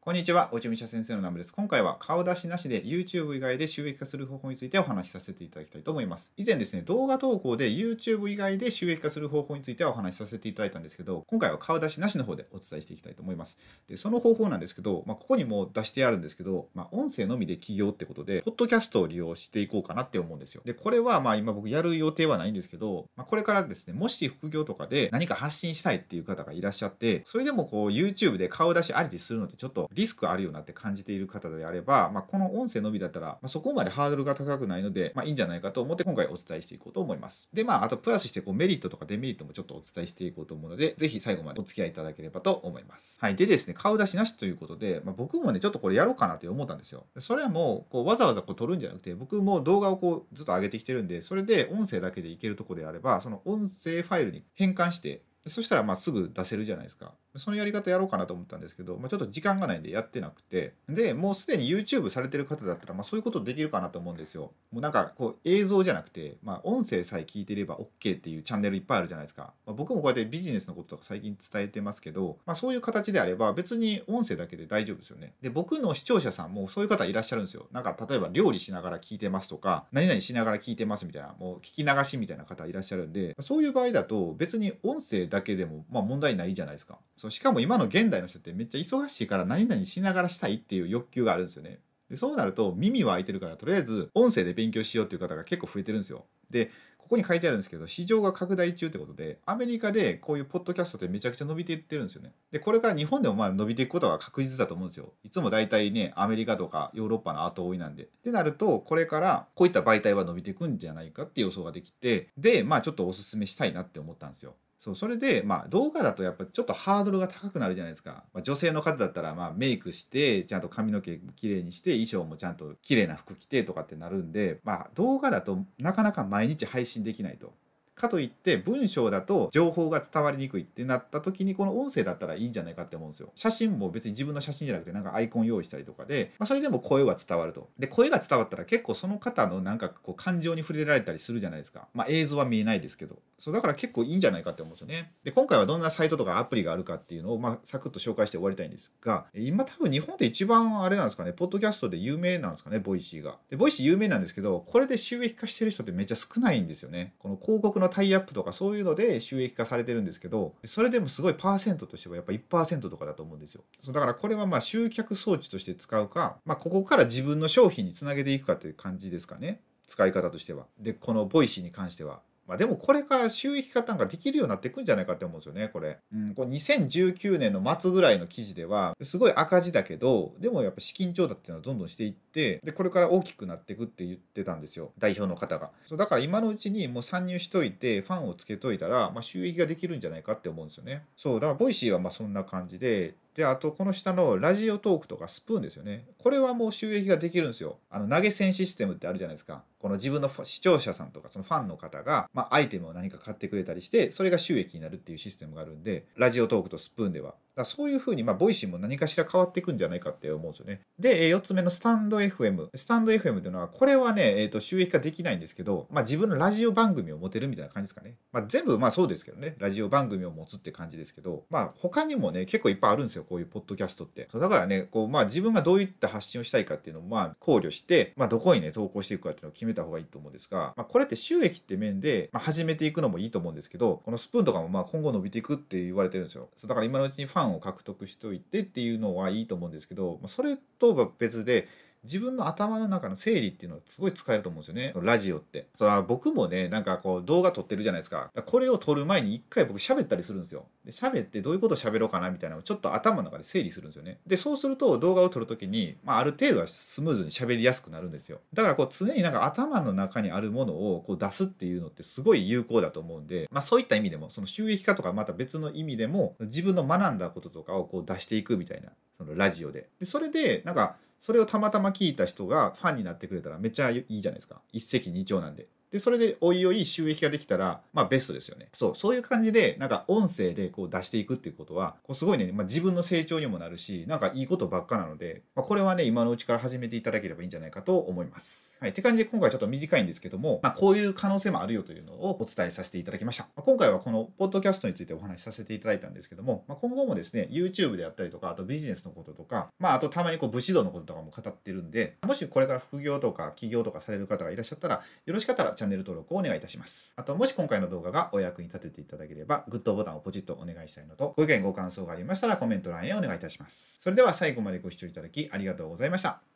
こんにちは、おちみしゃ先生のナムです。今回は顔出しなしで YouTube 以外で収益化する方法についてお話しさせていただきたいと思います。以前ですね、動画投稿で YouTube 以外で収益化する方法についてはお話しさせていただいたんですけど、今回は顔出しなしの方でお伝えしていきたいと思います。で、その方法なんですけど、ここにも出してあるんですけど、音声のみで起業ってことで、ポッドキャストを利用していこうかなって思うんですよ。で、これは今僕やる予定はないんですけど、これからですね、もし副業とかで何か発信したいっていう方がいらっしゃって、それでもYouTube で顔出しありでするのってちょっとリスクあるよなって感じている方であれば、この音声のみだったら、そこまでハードルが高くないので、いいんじゃないかと思って今回お伝えしていこうと思います。で、あとプラスしてメリットとかデメリットもちょっとお伝えしていこうと思うので、ぜひ最後までお付き合いいただければと思います。はい。でですね、顔出しなしということで、僕もね、ちょっとこれやろうかなって思ったんですよ。それはもう、わざわざ撮るんじゃなくて、僕も動画をずっと上げてきてるんで、それで音声だけでいけるところであれば、その音声ファイルに変換して、そしたらすぐ出せるじゃないですか。そのやり方やろうかなと思ったんですけど、ちょっと時間がないんでやってなくて、で、もうすでに YouTube されてる方だったら、そういうことできるかなと思うんですよ。もうなんか映像じゃなくて、音声さえ聞いてれば OK っていうチャンネルいっぱいあるじゃないですか。僕もこうやってビジネスのこととか最近伝えてますけど、そういう形であれば別に音声だけで大丈夫ですよね。で、僕の視聴者さんもそういう方いらっしゃるんですよ。なんか例えば料理しながら聞いてますとか、何々しながら聞いてますみたいな、もう聞き流しみたいな方いらっしゃるんで、そういう場合だと別に音声だけでも問題ないじゃないですか。そう、しかも今の現代の人ってめっちゃ忙しいから何々しながらしたいっていう欲求があるんですよね。で、そうなると耳は開いてるからとりあえず音声で勉強しようっていう方が結構増えてるんですよ。で、ここに書いてあるんですけど、市場が拡大中ってことで、アメリカでこういうポッドキャストってめちゃくちゃ伸びていってるんですよね。で、これから日本でも伸びていくことは確実だと思うんですよ。いつも大体ね、アメリカとかヨーロッパの後追いなんで。ってなると、これからこういった媒体は伸びていくんじゃないかっていう予想ができて、で、ちょっとおすすめしたいなって思ったんですよ。そう、それで、動画だとやっぱちょっとハードルが高くなるじゃないですか。女性の方だったら、メイクして、ちゃんと髪の毛きれいにして、衣装もちゃんと綺麗な服着てとかってなるんで、動画だとなかなか毎日配信できないと。かといって文章だと情報が伝わりにくいってなった時にこの音声だったらいいんじゃないかって思うんですよ。写真も別に自分の写真じゃなくてなんかアイコン用意したりとかで、それでも声は伝わると。で、声が伝わったら結構その方のなんか感情に触れられたりするじゃないですか。映像は見えないですけど。そうだから結構いいんじゃないかって思うんですよね。で、今回はどんなサイトとかアプリがあるかっていうのをサクッと紹介して終わりたいんですが、今多分日本で一番あれなんですかね、ポッドキャストで有名なんですかね、ボイシーが。で、ボイシー有名なんですけど、これで収益化してる人ってめっちゃ少ないんですよね。この広告のタイアップとかそういうので収益化されてるんですけど、それでもすごいパーセントとしてはやっぱ 1% とかだと思うんですよ。そうだからこれは集客装置として使うか、ここから自分の商品につなげていくかっていう感じですかね。使い方としては。で、このボイシーに関しては。でもこれから収益化なんかできるようになっていくんじゃないかって思うんですよね、これ。これ2019年の末ぐらいの記事では、すごい赤字だけど、でもやっぱ資金調達っていうのはどんどんしていって、で、これから大きくなっていくって言ってたんですよ、代表の方が。そうだから今のうちにもう参入しといて、ファンをつけといたら、収益ができるんじゃないかって思うんですよね。そう、だからボイシーはそんな感じで、で、あとこの下のラジオトークとかスプーンですよね。これはもう収益ができるんですよ。投げ銭システムってあるじゃないですか。この自分の視聴者さんとかそのファンの方が、アイテムを何か買ってくれたりして、それが収益になるっていうシステムがあるんで、ラジオトークとスプーンでは。そういうふうに、ボイシーも何かしら変わっていくんじゃないかって思うんですよね。で、4つ目のスタンド FM。スタンド FM っていうのは、これはね、収益化できないんですけど、自分のラジオ番組を持てるみたいな感じですかね。全部そうですけどね、ラジオ番組を持つって感じですけど、他にもね、結構いっぱいあるんですよ、こういうポッドキャストって。そうだからね、自分がどういった発信をしたいかっていうのを考慮して、どこにね、投稿していくかっていうのを決めた方がいいと思うんですが、これって収益って面で、始めていくのもいいと思うんですけど、このスプーンとかも今後伸びていくって言われてるんですよ。そうだから今のうちにファンを獲得しておいてっていうのはいいと思うんですけど、それとは別で、自分の頭の中の整理っていうのはすごい使えると思うんですよね。ラジオって。僕もね、なんか動画撮ってるじゃないですか。これを撮る前に一回僕喋ったりするんですよ。で、喋ってどういうことを喋ろうかなみたいなのをちょっと頭の中で整理するんですよね。で、そうすると動画を撮るときに、ある程度はスムーズに喋りやすくなるんですよ。だから常になんか頭の中にあるものを出すっていうのってすごい有効だと思うんで、そういった意味でも、その収益化とかまた別の意味でも、自分の学んだこととかを出していくみたいな、そのラジオで。で、それで、それをたまたま聞いた人がファンになってくれたらめっちゃいいじゃないですか。一石二鳥なんで。 で、それでおいおい収益ができたら、まあベストですよね。そういう感じで、なんか音声でこう出していくっていうことは、こうすごいね、まあ、自分の成長にもなるし、なんかいいことばっかなので、まあ、これはね、今のうちから始めていただければいいんじゃないかと思います。はい。って感じで今回ちょっと短いんですけども、まあ、こういう可能性もあるよというのをお伝えさせていただきました。まあ、今回はこのポッドキャストについてお話しさせていただいたんですけども、まあ、今後もですね、YouTube であったりとか、あとビジネスのこととか、まあ、あとたまにこう武士道のこととかも語ってるんで、もしこれから副業とか起業とかされる方がいらっしゃったら、よろしかったらチャンネル登録をお願いいたします。あと、もし今回の動画がお役に立てていただければ、グッドボタンをポチッとお願いしたいのと、ご意見ご感想がありましたらコメント欄へお願いいたします。それでは最後までご視聴いただきありがとうございました。